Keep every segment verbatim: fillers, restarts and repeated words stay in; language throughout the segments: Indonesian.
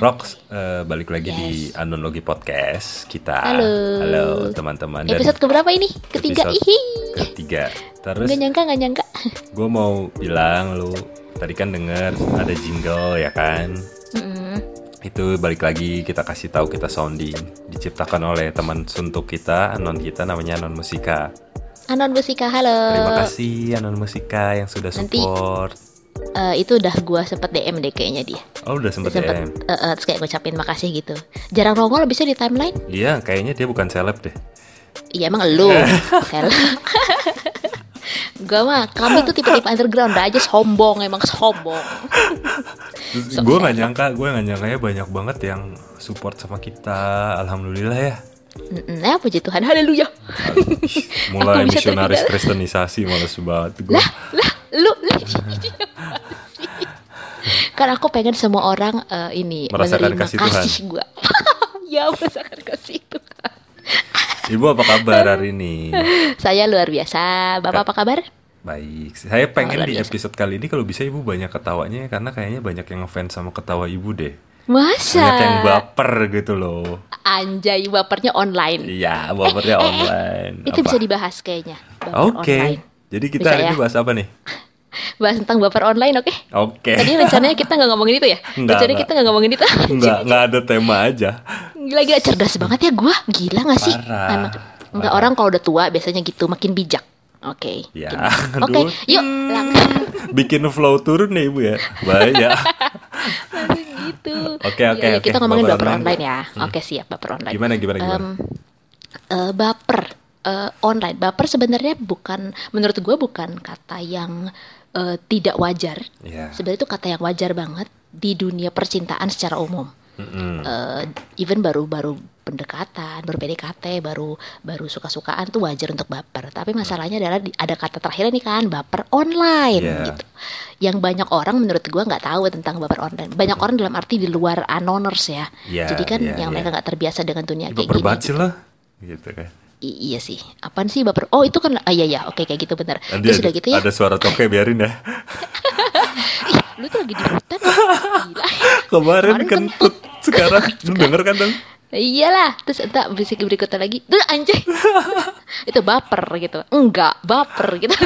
Rox, uh, balik lagi yes. di Anonologi Podcast kita. Halo. Halo teman-teman. Episode keberapa ini? Ketiga. Ihi. Ketiga. Terus. Gak nyangka, gak nyangka. Gue mau bilang, lu tadi kan denger ada jingle ya kan? Mm-hmm. Itu balik lagi kita kasih tahu kita sounding. Diciptakan oleh teman suntuk kita, anon kita namanya Anon Musika. Anon Musika, halo. Terima kasih Anon Musika yang sudah support. Nanti Uh, itu udah gue sempet D M deh kayaknya dia. Oh udah sempet, sempet D M uh, uh, Terus kayak ngucapin makasih gitu. Jarang nongol bisa di timeline. Iya kayaknya dia bukan seleb deh. Iya emang elu seleb. Gue mah kami tuh tipe-tipe underground aja, sombong, emang sombong. So, gue gak nyangka Gue gak nyangka ya banyak banget yang support sama kita. Alhamdulillah ya. Nah puji Tuhan, haleluya. Mulai misionaris kristenisasi males banget gue. Lah lah lu, lu kan aku pengen semua orang uh, ini merasakan menerima kasih, kasih gue. Ya merasakan kasih Tuhan. Ibu apa kabar hari ini? Saya luar biasa. Bapak apa kabar? Baik. Saya pengen oh, di episode kali ini kalau bisa ibu banyak ketawanya karena kayaknya banyak yang ngefans sama ketawa ibu deh. Masa? Banyak yang baper gitu loh. Anjay, bapernya online. Iya, bapernya eh, online. Eh, eh. Itu apa? bisa dibahas kayaknya. Oke. Okay. Jadi kita bisa hari ya? ini bahas apa nih? Bahas tentang baper online, oke? Okay? Oke. Okay. Tadi rencananya kita nggak ngomongin itu ya? Enggak, rencananya kita nggak ngomongin itu. Enggak, nggak ada tema aja. Gila-gila cerdas banget ya gue. Gila nggak sih? Parah. Enggak, orang kalau udah tua biasanya gitu, makin bijak. Oke. Okay. Ya. Oke, okay, yuk. Hmm, bikin flow turun nih ibu ya. Baik ya. Gitu. Oke oke ya, oke. Kita ngomongin baper, baper online, online ya. Hmm. Oke siap, baper online. Gimana gimana gimana? Um, uh, baper uh, online. Baper sebenarnya bukan, menurut gue bukan kata yang uh, tidak wajar. Yeah. Sebenarnya itu kata yang wajar banget di dunia percintaan secara umum. Mm-hmm. Uh, even baru-baru pendekatan, baru P D K T, baru baru suka-sukaan tuh wajar untuk baper. Tapi masalahnya adalah di, ada kata terakhir nih kan, baper online yeah. gitu. Yang banyak orang menurut gue nggak tahu tentang baper online. Banyak orang dalam arti di luar anoners ya. Yeah, Jadi kan yeah, yang yeah. mereka nggak terbiasa dengan dunia ya, kayak gini. Gitu. Lah, gitu kan. I- iya sih. Apaan sih baper? Oh itu kan, ah, iya ya, oke kayak gitu benar. Terus udah gitu ya. Ada suara toke biarin ya. Ih, lu tuh lagi di hutan. Gila. Kemarin kentut. Sekarang lu denger kan dong? Iyalah. Terus entar bisik berikutnya lagi. Tuh anjay. Itu baper gitu. Enggak, baper gitu.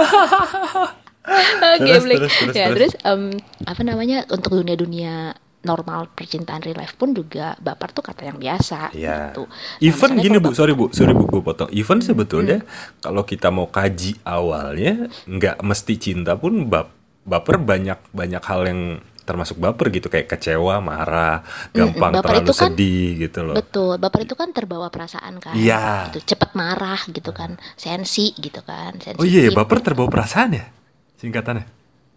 Oke, okay, terus, terus, ya, terus, terus um, apa namanya, untuk dunia-dunia normal percintaan real life pun juga baper tuh kata yang biasa ya. gitu. Even nah, gini Bu, sorry Bu, sorry Bu, gue potong. Even sebetulnya hmm. kalau kita mau kaji awalnya, nggak mesti cinta pun bap, baper banyak banyak hal yang termasuk baper gitu, kayak kecewa, marah, gampang mm, terlalu kan, sedih gitu loh. Betul, baper itu kan terbawa perasaan kan. Iya. Gitu, cepet marah gitu kan, sensi gitu kan. Sensitif. Oh iya, baper terbawa perasaan ya singkatannya.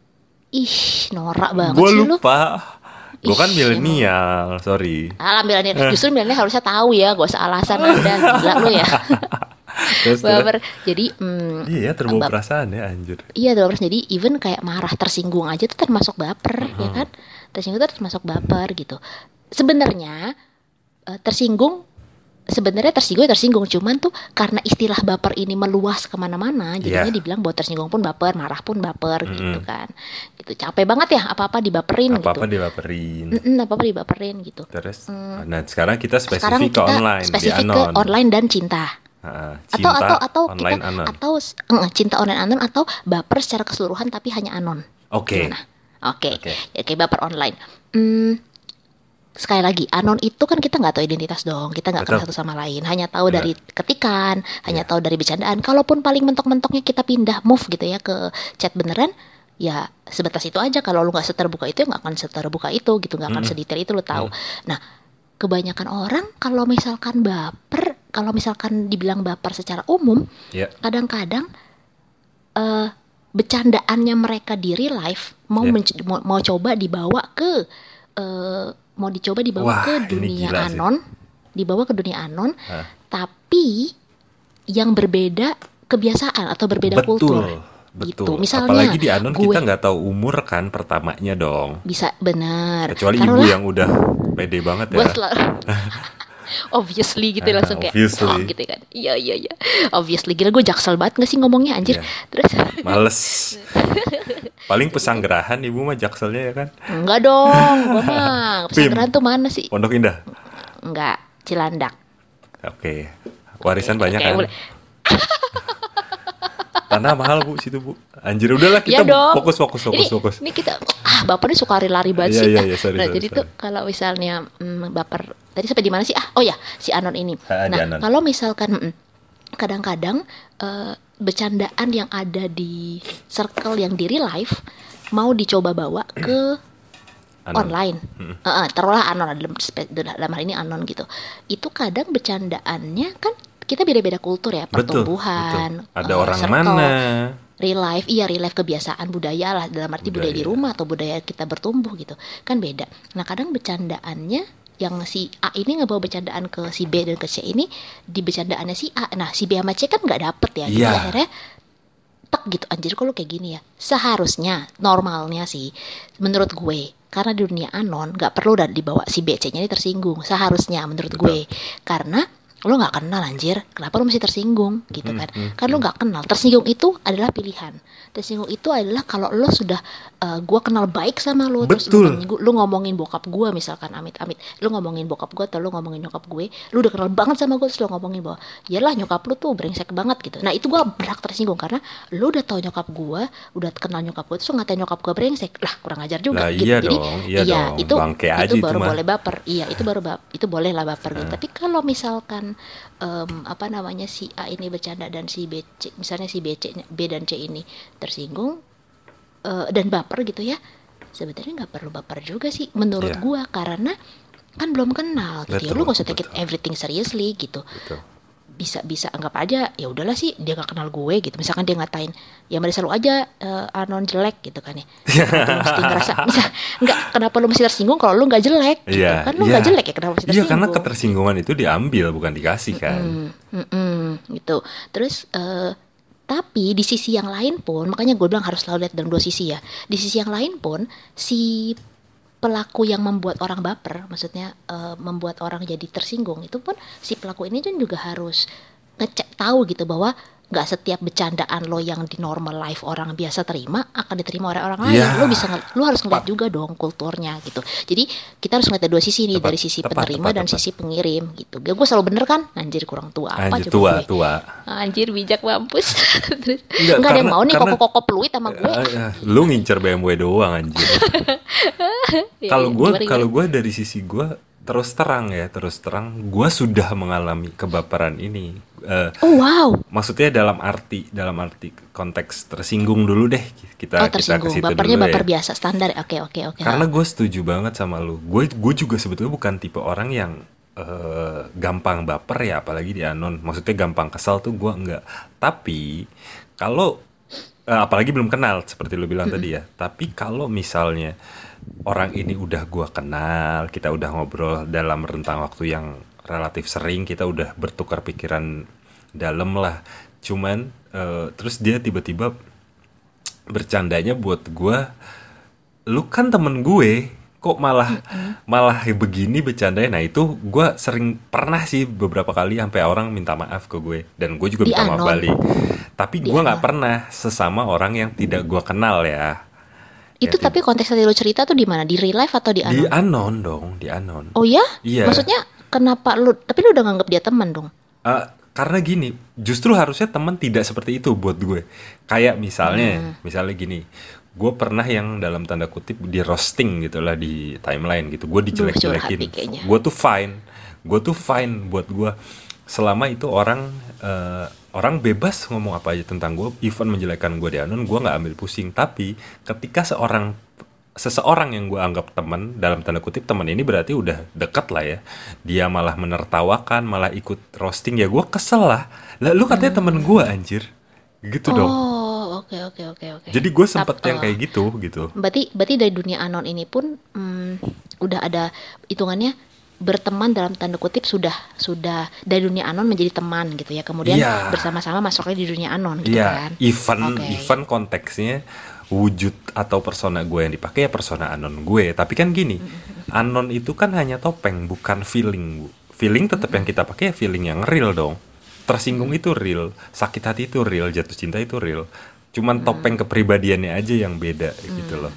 Ih, norak banget gua sih lu. Gue lupa. Gue kan milenial, sorry. Alah milenial, justru milenial harusnya tahu ya, gak usah alasan Anda, gila lu ya. Terus, baper. Jadi mm, iya terbawa bap- perasaan ya anjir. Iya terbawa perasaan. Jadi even kayak marah, tersinggung aja tuh termasuk baper, uh-huh. ya kan? Tersinggung tuh termasuk baper gitu. Sebenarnya uh, tersinggung sebenarnya tersinggung tersinggung cuman tuh karena istilah baper ini meluas kemana-mana, jadinya yeah. dibilang bahwa tersinggung pun baper, marah pun baper, mm-hmm. gitu kan. Gitu capek banget ya apa-apa dibaperin apa-apa gitu. dibaperin. Mm-mm, apa-apa dibaperin gitu. Terus, mm. nah sekarang kita spesifik sekarang ke kita online, spesifik ke online dan cinta. Uh, cinta atau atau atau online kita anon. atau uh, cinta online anon atau baper secara keseluruhan tapi hanya anon. Oke. Okay. Oke. Okay. Okay. Oke, baper online. Hmm, sekali lagi, anon itu kan kita nggak tahu identitas dong, kita nggak kenal satu sama lain, hanya tahu Benar. dari ketikan, hanya yeah. tahu dari bercandaan. Kalaupun paling mentok-mentoknya kita pindah move gitu ya ke chat beneran, ya sebatas itu aja. Kalau lu nggak seterbuka itu, ya nggak akan seterbuka itu gitu, nggak akan mm. sedetail itu lu tahu. Mm. Nah, kebanyakan orang kalau misalkan baper, kalau misalkan dibilang baper secara umum, yeah. kadang-kadang uh, bercandaannya mereka di real life mau yeah. menc- mau, mau coba dibawa ke uh, mau dicoba dibawa Wah, ke dunia anon, dibawa ke dunia anon, Hah? tapi yang berbeda kebiasaan atau berbeda betul, kultur. Betul. Gitu. Misalnya, apalagi di anon gue, kita nggak tahu umur kan pertamanya dong. Bisa benar. Kecuali Taruhlah, ibu yang udah pede banget ya. Sel- Obviously gitu Ah, langsung kayak obviously. oh, gitu kan. Iya iya iya. Obviously gila gue jaksel banget gak sih ngomongnya anjir. Iya. Terus Males. Paling pesanggerahan ibu mah jakselnya ya kan. enggak dong, gue mah pesanggrahan tuh mana sih? Pondok Indah. Enggak, Cilandak. Oke. Warisan Oke, banyak oke, kan. boleh. Tanah mahal bu situ bu. Anjir udahlah kita Iya dong. fokus fokus fokus ini, fokus. Ini kita ah bapak ini suka lari-lari banget Iya, sih. iya, ah. iya, sorry, nah sorry, jadi sorry. tuh kalau misalnya mm, baper tadi sampai di mana sih? Ah oh ya si Anon ini. Ah, di nah Anon. kalau misalkan mm, kadang-kadang eh, bercandaan yang ada di circle yang di real life mau dicoba bawa ke Anon. online. Eh, eh, taruhlah Anon dalam, spe- dalam hal ini Anon gitu. Itu kadang bercandaannya kan kita beda-beda kultur ya, Betul, pertumbuhan, betul. Ada eh, orang circle, mana? real life, iya real life kebiasaan budaya lah dalam arti budaya, Budaya. di rumah atau budaya kita bertumbuh gitu kan beda. Nah kadang bercandaannya yang si A ini ngebawa bercandaan ke si B dan ke C ini di bercandaannya si A, nah si B sama C kan nggak dapet ya, jadi Iya. akhirnya tek gitu anjir kok lu kayak gini ya. Seharusnya normalnya sih menurut gue karena di dunia anon nggak perlu dan dibawa si B C nya ini tersinggung seharusnya menurut Betul. gue karena lo nggak kenal anjir kenapa lo mesti tersinggung gitu kan. Hmm, hmm, kan lo nggak kenal, tersinggung itu adalah pilihan. Tersinggung itu adalah kalau lo sudah uh, gue kenal baik sama lo terus lo, Betul. tersinggung, lo ngomongin bokap gue misalkan amit-amit lo ngomongin bokap gue atau lo ngomongin nyokap gue, lo udah kenal banget sama gue terus lo ngomongin bahwa yalah nyokap lo tuh brengsek banget gitu. Nah itu gue berhak tersinggung karena lo udah tahu nyokap gue, udah kenal nyokap gue terus lo ngatain nyokap gue brengsek, lah kurang ajar juga Lah, gitu. iya Jadi dong, iya dong. itu Bangke aja itu itu baru mah. boleh baper. Iya itu baru bap itu boleh lah baper gitu. Tapi kalau misalkan em, apa namanya si A ini bercanda dan si B C misalnya si B C B dan C ini tersinggung eh, dan baper gitu ya, sebetulnya nggak perlu baper juga sih menurut Iya. gua karena kan belum kenal gitu ya. Betul, Lu gak usah take it betul. everything seriously gitu. Betul. Bisa bisa anggap aja ya udahlah sih dia gak kenal gue gitu. Misalkan dia ngatain ya Marisa lu aja eh, Anon jelek gitu kan ya. Kenapa lu mesti ngerasa misal enggak kenapa lu mesti tersinggung kalau lu nggak jelek gitu. Iya, Kan lu iya. nggak jelek ya kenapa mesti Iya tersinggung? karena ketersinggungan itu diambil bukan dikasih kan. Hmm, mm-mm, gitu. Terus eh, tapi di sisi yang lain pun makanya gue bilang harus selalu lihat dalam dua sisi ya. Di sisi yang lain pun si pelaku yang membuat orang baper, maksudnya eh, membuat orang jadi tersinggung itu pun si pelaku ini kan juga harus ngecek tahu gitu bahwa nggak setiap bercandaan lo yang di normal life orang biasa terima akan diterima oleh orang lain. Iya. Lo bisa ngel- lo harus ngeliat Tepat. juga dong kulturnya gitu. Jadi kita harus ngeliat dari dua sisi nih, Tepat, dari sisi tepat, penerima tepat, dan tepat. sisi pengirim gitu. Gue selalu bener kan? Anjir kurang tua apa Anjir coba tua gue. tua. Anjir bijak mampus. Terus Enggak, nggak ada yang karena- mau nih karena- koko-koko peluit sama gue. Eh, eh, lu ngincer B M W doang anjir. Ya, Kalau ya, gue gimana, kalau gimana? gue dari sisi gue terus terang ya terus terang gue sudah mengalami kebaperan ini. Eh, Oh wow. maksudnya dalam arti dalam arti konteks tersinggung dulu deh kita Oh kita ke tersinggung. situ Bapernya dulu baper ya. biasa standar. Oke oke oke. Karena gue setuju banget sama lu. Gue gue juga sebetulnya bukan tipe orang yang eh, gampang baper ya, apalagi di anon. Maksudnya gampang kesal tuh gue enggak. Tapi kalau eh, apalagi belum kenal seperti lu bilang tadi ya. Tapi kalau misalnya orang ini udah gue kenal, kita udah ngobrol dalam rentang waktu yang relatif sering, kita udah bertukar pikiran dalam lah. Cuman eh, terus dia tiba-tiba bercandanya buat gue, lu kan temen gue kok malah malah begini bercandanya. Nah itu gue sering pernah sih beberapa kali sampai orang minta maaf ke gue dan gue juga Di minta maaf anon. balik. Tapi Di gue nggak anon. pernah sesama orang yang tidak gue kenal ya. Itu Ya, tapi konteks tadi lo cerita tuh di mana? Di real life atau di Di anon? anon dong, di anon. Oh ya? Iya. Maksudnya kenapa lu? Tapi lu udah nganggap dia teman dong? Eh, karena gini, justru harusnya teman tidak seperti itu buat gue. Kayak misalnya, Hmm. misalnya gini, gue pernah yang dalam tanda kutip di roasting gitulah di timeline gitu. Gue Duh, curhat dijelek-jelekin. nih kayaknya. Gue tuh fine, gue tuh fine buat gue. Selama itu orang eh, orang bebas ngomong apa aja tentang gue, even menjelekkan gue di anon, gue nggak ambil pusing. Tapi ketika seorang seseorang yang gue anggap teman dalam tanda kutip teman ini berarti udah deket lah ya, dia malah menertawakan malah ikut roasting, ya gue kesel lah. Lah lu katanya temen gue anjir gitu dong. Oh, oke oke oke oke. Jadi gue sempet Tap- yang eh, kayak gitu gitu. Berarti berarti dari dunia anon ini pun hmm, udah ada hitungannya berteman dalam tanda kutip sudah sudah dari dunia anon menjadi teman gitu ya. Kemudian Iya. bersama-sama masuknya di dunia anon gitu Iya, kan. even Oke. even konteksnya wujud atau persona gue yang dipakai ya persona anon gue. Tapi kan gini, anon itu kan hanya topeng bukan feeling bu. feeling tetap yang kita pakai ya feeling yang real dong. Tersinggung itu real, sakit hati itu real, jatuh cinta itu real. Cuman topeng kepribadiannya aja yang beda gitu loh.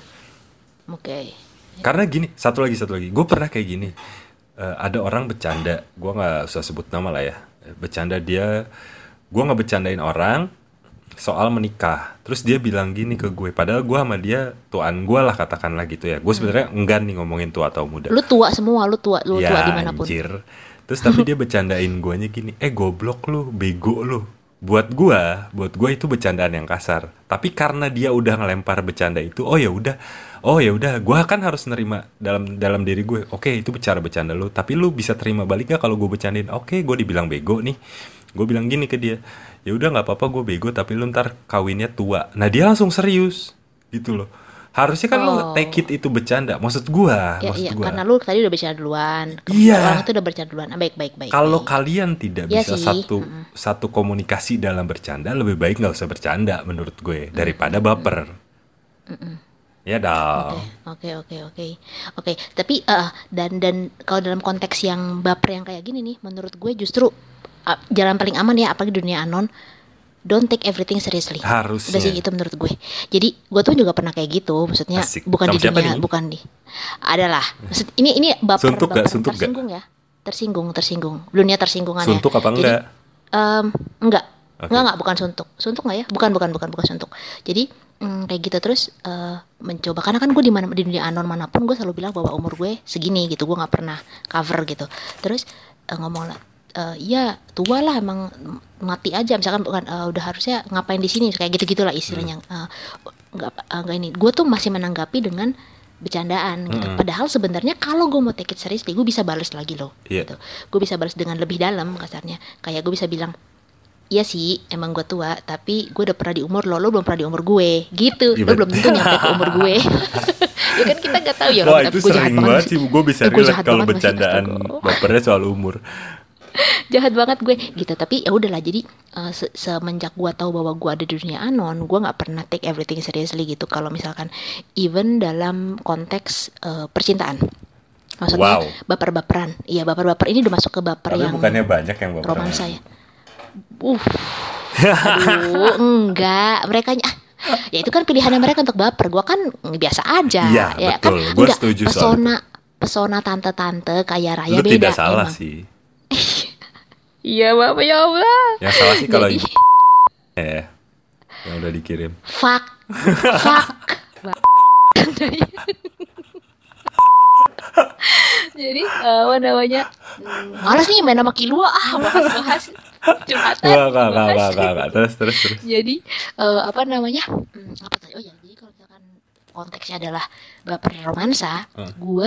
Oke. Karena gini, satu lagi satu lagi, gue pernah kayak gini. Uh, ada orang bercanda, gue nggak usah sebut nama lah ya. Bercanda dia, gue nggak bercandain orang soal menikah. Terus dia bilang gini ke gue, padahal gue sama dia tuaan gue lah katakanlah gitu ya. Gue sebenarnya enggan nih ngomongin tua atau muda. Lu tua semua, lu tua, lu ya, tua dimanapun. Anjir. Terus tapi dia bercandain guanya gini, eh goblok lu, bego lu. Buat gua, buat gua itu bercandaan yang kasar. Tapi karena dia udah ngelempar bercanda itu, oh ya udah, oh ya udah, gua kan harus nerima dalam dalam diri gue. Oke, itu bicara bercanda lu, tapi lu bisa terima balik gak kalau gue bercandain? Oke, gue dibilang bego nih. Gue bilang gini ke dia, ya udah nggak apa-apa gue bego, tapi lu ntar kawinnya tua. Nah dia langsung serius, gitu loh. Harusnya kan oh. lo take it itu bercanda. Maksud gua, ya, maksud iya, gua. Karena lu tadi udah bercanda duluan. Iya. Orang itu udah bercanda duluan. Ah, baik, baik, baik. Kalau baik. kalian tidak ya bisa sih. satu mm-hmm. satu komunikasi dalam bercanda, lebih baik nggak usah bercanda menurut gue daripada baper. Mm-hmm. Ya dong. Oke, oke, oke, oke. Tapi uh, dan dan kalau dalam konteks yang baper yang kayak gini nih, menurut gue justru uh, jalan paling aman ya, apalagi dunia anon. Don't take everything seriously. Harusnya. Udah sih itu menurut gue. Jadi gue tuh juga pernah kayak gitu. Maksudnya Asik. bukan Sama di dunia, nih? bukan di. Adalah. Maksud ini ini baper, suntuk baper gak? Suntuk tersinggung gak? ya. Tersinggung, tersinggung. Dunia tersinggungannya. Suntuk apa Jadi, enggak? Um, enggak. Okay. Enggak enggak bukan suntuk. Suntuk enggak ya? Bukan bukan bukan bukan suntuk. Jadi mm, kayak gitu terus uh, mencoba karena kan gue di mana di dunia anon manapun gue selalu bilang bahwa umur gue segini gitu. Gue enggak pernah cover gitu. Terus uh, ngomong lah Uh, ya tua lah emang mati aja misalkan bukan uh, udah harusnya ngapain di sini kayak gitu gitulah istilahnya uh, nggak uh, nggak ini gue tuh masih menanggapi dengan bercandaan gitu. Hmm. Padahal sebenarnya kalau gue mau take it seriously gue bisa balas lagi loh yeah. gitu. Gue bisa balas dengan lebih dalam kasarnya kayak gue bisa bilang iya sih emang gue tua tapi gue udah pernah di umur lo lo belum pernah di umur gue gitu. Lo belum tentu nyampe ke umur gue. Ya kan kita nggak tahu ya. Wah itu sering banget sih gue bisa relate kalau bercandaan bapernya soal umur. Jahat banget gue gitu. Tapi ya udahlah, jadi uh, se- semenjak gue tahu bahwa gue ada di dunia anon, gue nggak pernah take everything seriously gitu. Kalau misalkan even dalam konteks uh, percintaan, maksudnya wow. baper-baperan. Iya baper-baper ini udah masuk ke baper tapi yang bukannya banyak yang baper romansa ya. Uh, aduh enggak, mereka ny- ya itu kan pilihannya mereka untuk baper. Gue kan biasa aja. Iya ya, betul. Kan Gue enggak, setuju pesona, soal itu. Pesona tante-tante kaya raya lu beda. tidak salah emang. sih. Iya Bapak ya Allah. Yang salah sih kalau Jadi, ibu ya, yang udah dikirim. Fuck, fuck. Jadi apa namanya? Malas nih main sama Kilua ah bahas-bahas curhatan. Wah, gak, gak, gak, gak, gak. Terus, terus, terus. Jadi uh, apa namanya? Hmm, apa tadi? Oh ya, jadi kalau misalkan konteksnya adalah baper romansa, hmm. gue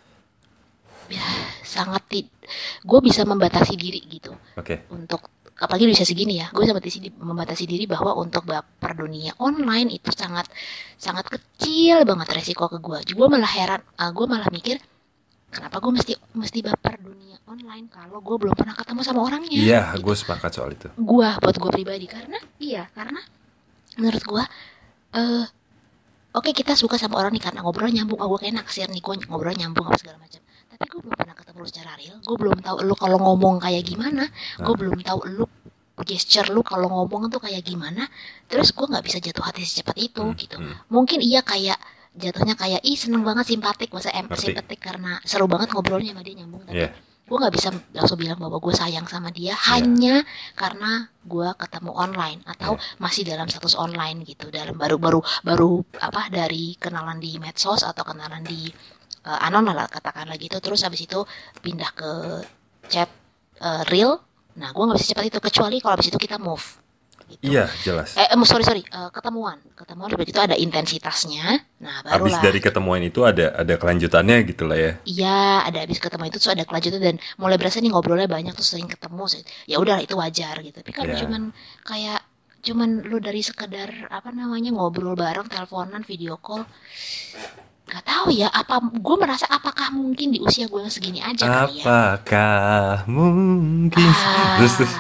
ya, sangat tid- gue bisa membatasi diri gitu. Oke. Okay. Untuk apalagi bisa segini ya, gue bisa membatasi, membatasi diri bahwa untuk baper dunia online itu sangat sangat kecil banget resiko ke gue. Gue malah heran, uh, gue malah mikir kenapa gue mesti mesti baper dunia online kalau gue belum pernah ketemu sama orangnya. Iya, gitu. gue sepakat soal itu. Gue buat gue pribadi karena iya karena menurut gue, uh, oke okay, kita suka sama orang nih karena ngobrol nyambung. Oh gue kayak naksir nih, gue ngobrol nyambung apa segala macam. Tapi gue belum pernah ketemu lu secara real. Gue belum tahu lu kalau ngomong kayak gimana. Hmm. Gue belum tahu lu gesture lu kalau ngomong tuh kayak gimana. Terus gue nggak bisa jatuh hati secepat itu hmm. gitu. Hmm. Mungkin iya kayak jatuhnya kayak ih seneng banget simpatik, masa em simpatik karena seru banget ngobrolnya sama dia nyambung. Tapi yeah. gue nggak bisa langsung bilang bahwa gue sayang sama dia yeah. hanya karena gue ketemu online atau yeah. masih dalam status online gitu. Dalam baru-baru baru apa dari kenalan di medsos atau kenalan di uh, anon lah katakanlah gitu. Terus habis itu pindah ke chat uh, real. Nah gue nggak bisa cepat itu kecuali kalau habis itu kita move. Gitu. Iya jelas. Eh sorry sorry uh, ketemuan, ketemuan begitu ada intensitasnya. Nah barulah. Habis dari ketemuan itu ada ada kelanjutannya gitulah ya. Iya ada habis ketemuan itu terus ada kelanjutan dan mulai berasa nih ngobrolnya banyak terus sering ketemu. Ya udah itu wajar gitu. Tapi kalau yeah. cuman kayak cuman lu dari sekedar apa namanya ngobrol bareng, teleponan, video call. Gak tahu ya, apa gue merasa apakah mungkin di usia gue yang segini aja kali ya. Apakah mungkin? Ah, terus terus.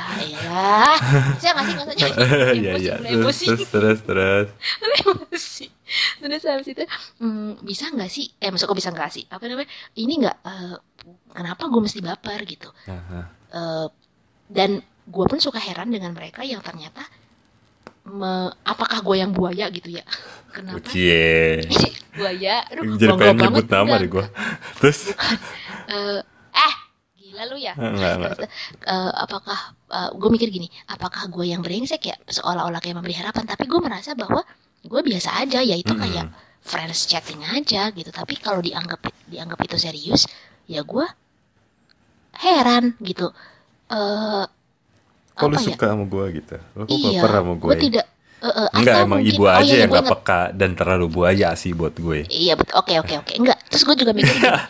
Iya. Saya ngasih nggak saja. Iya iya. Terus terus terus. Emosi. Terus habis itu hmm, bisa nggak sih? Eh maksud kok bisa nggak sih? Apa namanya? Ini nggak uh, kenapa gue mesti baper gitu? Uh-huh. Uh, dan gue pun suka heran dengan mereka yang ternyata me, apakah gue yang buaya gitu ya? Kenapa? Cie. Buaya, aduh, jadi pengen nyebut banget, nama deh gue. Terus? uh, eh, gila lu ya? Enggak, enggak. Uh, apakah uh, gue mikir gini? Apakah gue yang brengsek ya? Seolah-olah kayak memberi harapan, tapi gue merasa bahwa gue biasa aja, ya itu kayak hmm. friends chatting aja gitu. Tapi kalau dianggap dianggap itu serius, ya gue heran gitu. Uh, kok lu suka ya? Sama gue gitu? Lu kok iya, baper sama gue? Gue tidak. Uh, uh, enggak, emang mungkin, ibu aja oh, iya, yang gak inget. Peka dan terlalu buaya sih buat gue. Iya betul, oke oke oke. Enggak, terus gue juga mikir uh,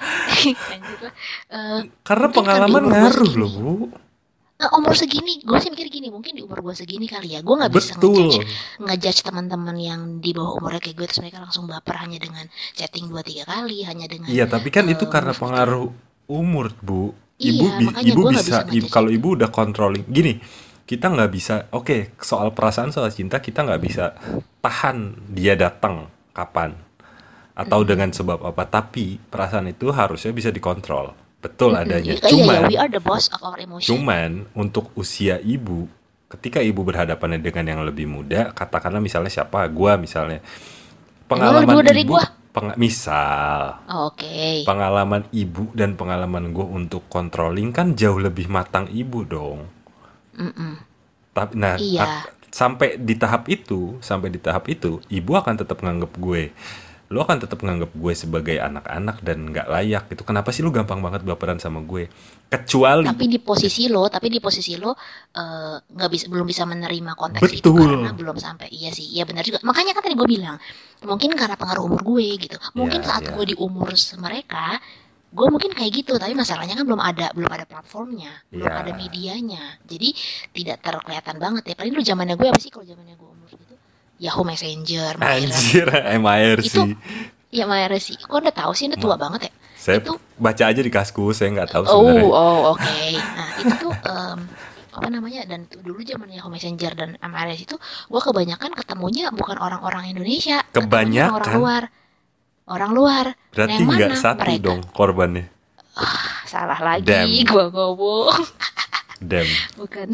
karena pengalaman kan ngaruh loh Bu. Nah, umur segini, gue sih mikir gini, mungkin di umur gue segini kali ya, gue nggak bisa ngejudge, ngejudge teman-teman yang di bawah umurnya kayak gue terus mereka langsung baper hanya dengan chatting dua tiga kali, hanya dengan. Iya, tapi kan uh, itu karena pengaruh umur Bu. Ibu iya, bi- ibu bisa, ibu, kalau ibu udah controlling, gini, kita nggak bisa, oke, okay, soal perasaan soal cinta kita nggak bisa tahan dia datang kapan atau hmm. dengan sebab apa, tapi perasaan itu harusnya bisa dikontrol. Betul mm-hmm. adanya. Iya, cuman, iya, we are the boss of our emotion. Cuman untuk usia ibu, ketika ibu berhadapan dengan yang lebih muda, katakanlah misalnya siapa, gua misalnya, pengalaman ibu, dari gua? Peng- misal, oh, oke. Okay. Pengalaman ibu dan pengalaman gua untuk controlling kan jauh lebih matang ibu dong. Mm-mm. Tapi, nah, iya. at- sampai di tahap itu, sampai di tahap itu, ibu akan tetap nganggep gue. Lo akan tetap nganggap gue sebagai anak-anak dan nggak layak gitu. Kenapa sih lo gampang banget baperan sama gue? Kecuali. Tapi di posisi lo, tapi di posisi lo nggak uh, bisa, belum bisa menerima konteks betul. Itu karena belum sampai. Iya sih, iya benar juga. Makanya kan tadi gue bilang, mungkin karena pengaruh umur gue gitu. Mungkin yeah, saat yeah. gue di umur mereka, gue mungkin kayak gitu. Tapi masalahnya kan belum ada, belum ada platformnya, belum yeah. ada medianya. Jadi tidak terkelihatan banget ya. Paling dulu zamannya gue apa sih kalau zamannya gue umur gitu? Yahoo Messenger, Anjir, M I R C. Itu, ya M I R C. Kok udah tahu sih, udah tua Ma- banget ya? Saya itu, baca aja di Kaskus, saya nggak tahu sebenarnya. Oh, oh oke. Okay. Nah itu tuh um, apa namanya? Dan dulu zaman Yahoo Messenger dan M I R C itu, gue kebanyakan ketemunya bukan orang-orang Indonesia, kebanyakan orang luar, orang luar. Berarti nggak satu mereka? Dong korbannya. Ah, salah lagi, gue ngomong. Damn. Bukan.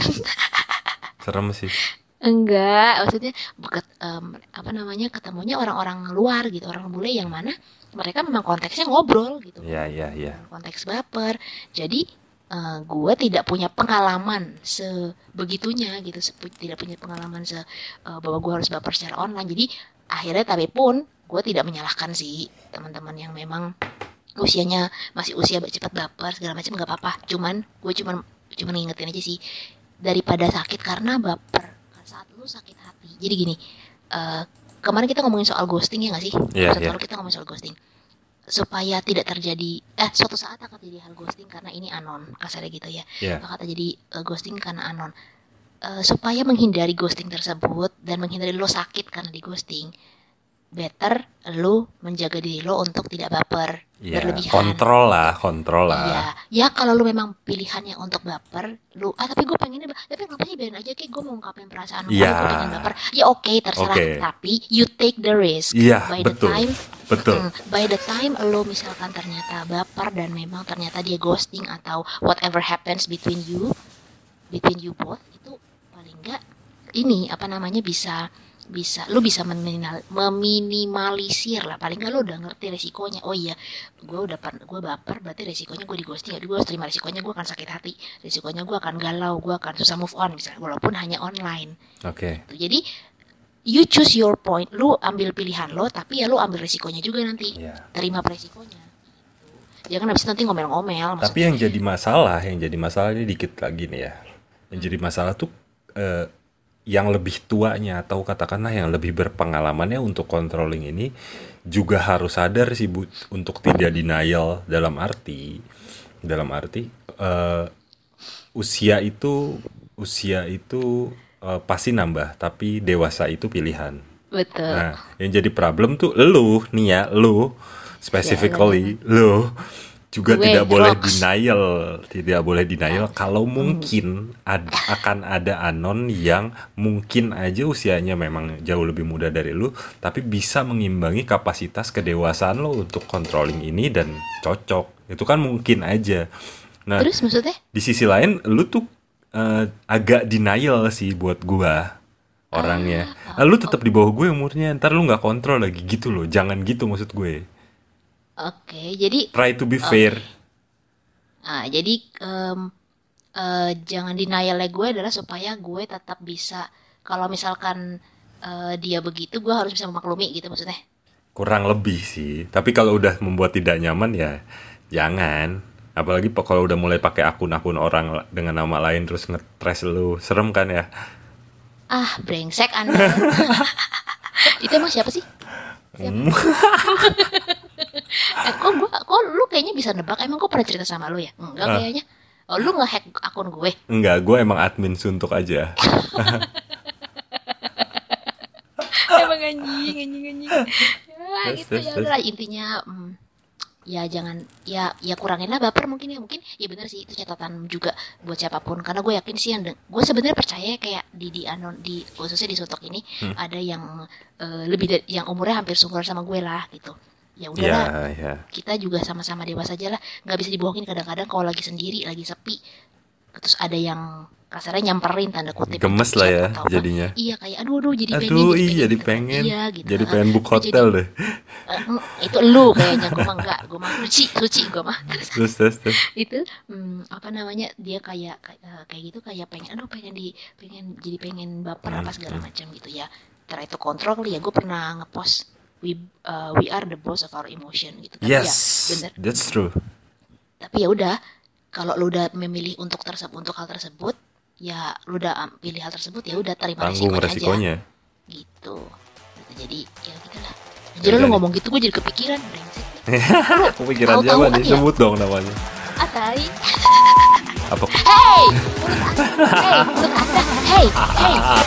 Serem sih. Enggak, maksudnya bukan um, apa namanya ketemunya orang-orang luar gitu, orang bule yang mana mereka memang konteksnya ngobrol gitu. Iya, iya, iya. Konteks baper. Jadi uh, gue tidak punya pengalaman sebegitunya gitu, Sep- tidak punya pengalaman se uh, bahwa gue harus baper secara online. Jadi akhirnya tapi pun gue tidak menyalahkan sih teman-teman yang memang usianya masih usia cepat baper segala macam, nggak apa-apa. Cuman gue cuman cuman ngingetin aja sih, daripada sakit karena baper saat lu sakit hati. Jadi gini, uh, kemarin kita ngomongin soal ghosting ya nggak sih? Yeah, Satu yeah. lalu kita ngomongin soal ghosting. Supaya tidak terjadi, eh suatu saat akan terjadi hal ghosting karena ini anon, kasarnya gitu ya. Yeah. Akan terjadi uh, ghosting karena anon. Uh, supaya menghindari ghosting tersebut dan menghindari lo sakit karena di ghosting, better lo menjaga diri lo untuk tidak baper. Ya, berlebihan. Kontrol lah, kontrol lah. Iya, ya kalau lu memang pilihannya untuk baper, lu ah tapi gue pengennya, tapi kenapa sih biarin aja kayak gue mau ungkapin perasaan gue, ya. gue pengen baper. Ya oke, okay, terserah. Okay. Tapi you take the risk. Iya, by betul. the time, betul. Mm, by the time lu misalkan ternyata baper dan memang ternyata dia ghosting atau whatever happens between you, between you both, itu paling enggak ini apa namanya bisa bisa lu bisa meminimal, meminimalisir lah, paling nggak lu udah ngerti resikonya. Oh iya, gue udah gue baper, berarti resikonya gue di ghosting, jadi gue harus terima resikonya, gue akan sakit hati, resikonya gue akan galau, gue akan susah move on misalnya, walaupun hanya online. Oke. Okay. Jadi you choose your point, lu ambil pilihan lo, tapi ya lu ambil resikonya juga nanti, yeah. terima resikonya. Jangan habis nanti ngomel-ngomel. Tapi yang jadi masalah, yang jadi masalah ini dikit lagi nih ya, yang jadi masalah tuh uh, yang lebih tuanya atau katakanlah yang lebih berpengalamannya untuk controlling ini juga harus sadar sih Bu, untuk tidak denial dalam arti dalam arti uh, usia itu usia itu uh, pasti nambah, tapi dewasa itu pilihan. Betul. Nah, yang jadi problem tuh lu nih ya, lu specifically ya, lu juga Gue tidak boleh rocks. denial, tidak boleh denial kalau mungkin ad- akan ada anon yang mungkin aja usianya memang jauh lebih muda dari lu, tapi bisa mengimbangi kapasitas kedewasaan lo untuk controlling ini dan cocok. Itu kan mungkin aja. Nah, Terus maksudnya? di sisi lain lu tuh eh, agak denial sih buat gua orangnya. Ah, lu tetap di bawah gue umurnya, ntar lu nggak kontrol lagi gitu loh. Jangan gitu maksud gue. Oke, jadi Try to be fair. ah jadi em, eh, jangan denialnya gue adalah supaya gue tetap bisa, kalau misalkan eh, dia begitu, gue harus bisa memaklumi gitu maksudnya. Kurang lebih sih. Tapi kalau udah membuat tidak nyaman ya jangan. Apalagi po- kalau udah mulai pakai akun-akun orang la- dengan nama lain terus nge-trash lu. Serem kan ya? Ah, brengsek Anda. Itu emang siapa sih? Hmm. Eh, kok gua, kok lu kayaknya bisa nebak? Emang gue pernah cerita sama lu ya? Enggak Ah. kayaknya. Oh, lu nge-hack akun gue. Enggak, gue emang admin suntuk aja. Emang anjing, anjing, anjing. Ya, Terus, gitu terus, ya terus. udahlah intinya. hmm, ya jangan, ya ya kurangin lah baper mungkin ya, mungkin ya benar sih, itu catatan juga buat siapapun, karena gue yakin sih yang de- gue sebenarnya percaya kayak di di anon di khususnya di Suntok ini ada yang eh, lebih dari yang umurnya hampir seumuran sama gue lah gitu. Ya udahlah, Ya, ya. kita juga sama-sama dewasa aja lah, nggak bisa dibohongin kadang-kadang kalau lagi sendiri, lagi sepi, terus ada yang kasarnya nyamperin tanda kutip Gemes untuk lah chat ya atau apa. jadinya. Iya kayak aduh aduh jadi pengen Aduh, jadi ih, jadi gitu. pengen. Iya gitu. Jadi pengen book Tapi hotel jadi- deh. Eh, mm, itu lu kayaknya, gue mah enggak, gue mah suci suci gue mah. Terus, terus, terus. Itu hmm, apa namanya, dia kayak kayak, eh, kayak gitu, kayak pengen aduh pengen di pengen jadi pengen baper Hmm, apa segala macam gitu ya. Try to control kali ya, gue pernah ngepost we uh, we are the boss of our emotion gitu. Tapi Yes, ya bener, that's true. tapi ya udah, kalau lu udah memilih untuk tersebut, untuk hal tersebut, ya lu udah am- pilih hal tersebut, ya udah terima Tanggung resikonya, aja resikonya. gitu. Gitu, jadi ya gitulah. Jadi lu Udah. ngomong gitu gue jadi kepikiran, brengsek. Kepikiran Tahu-tahu siapa kan nih? ya? Sebut dong namanya. Ah, tai. Apa? Hey, mulut Anda. Hey, mulut Anda. Hey, hey.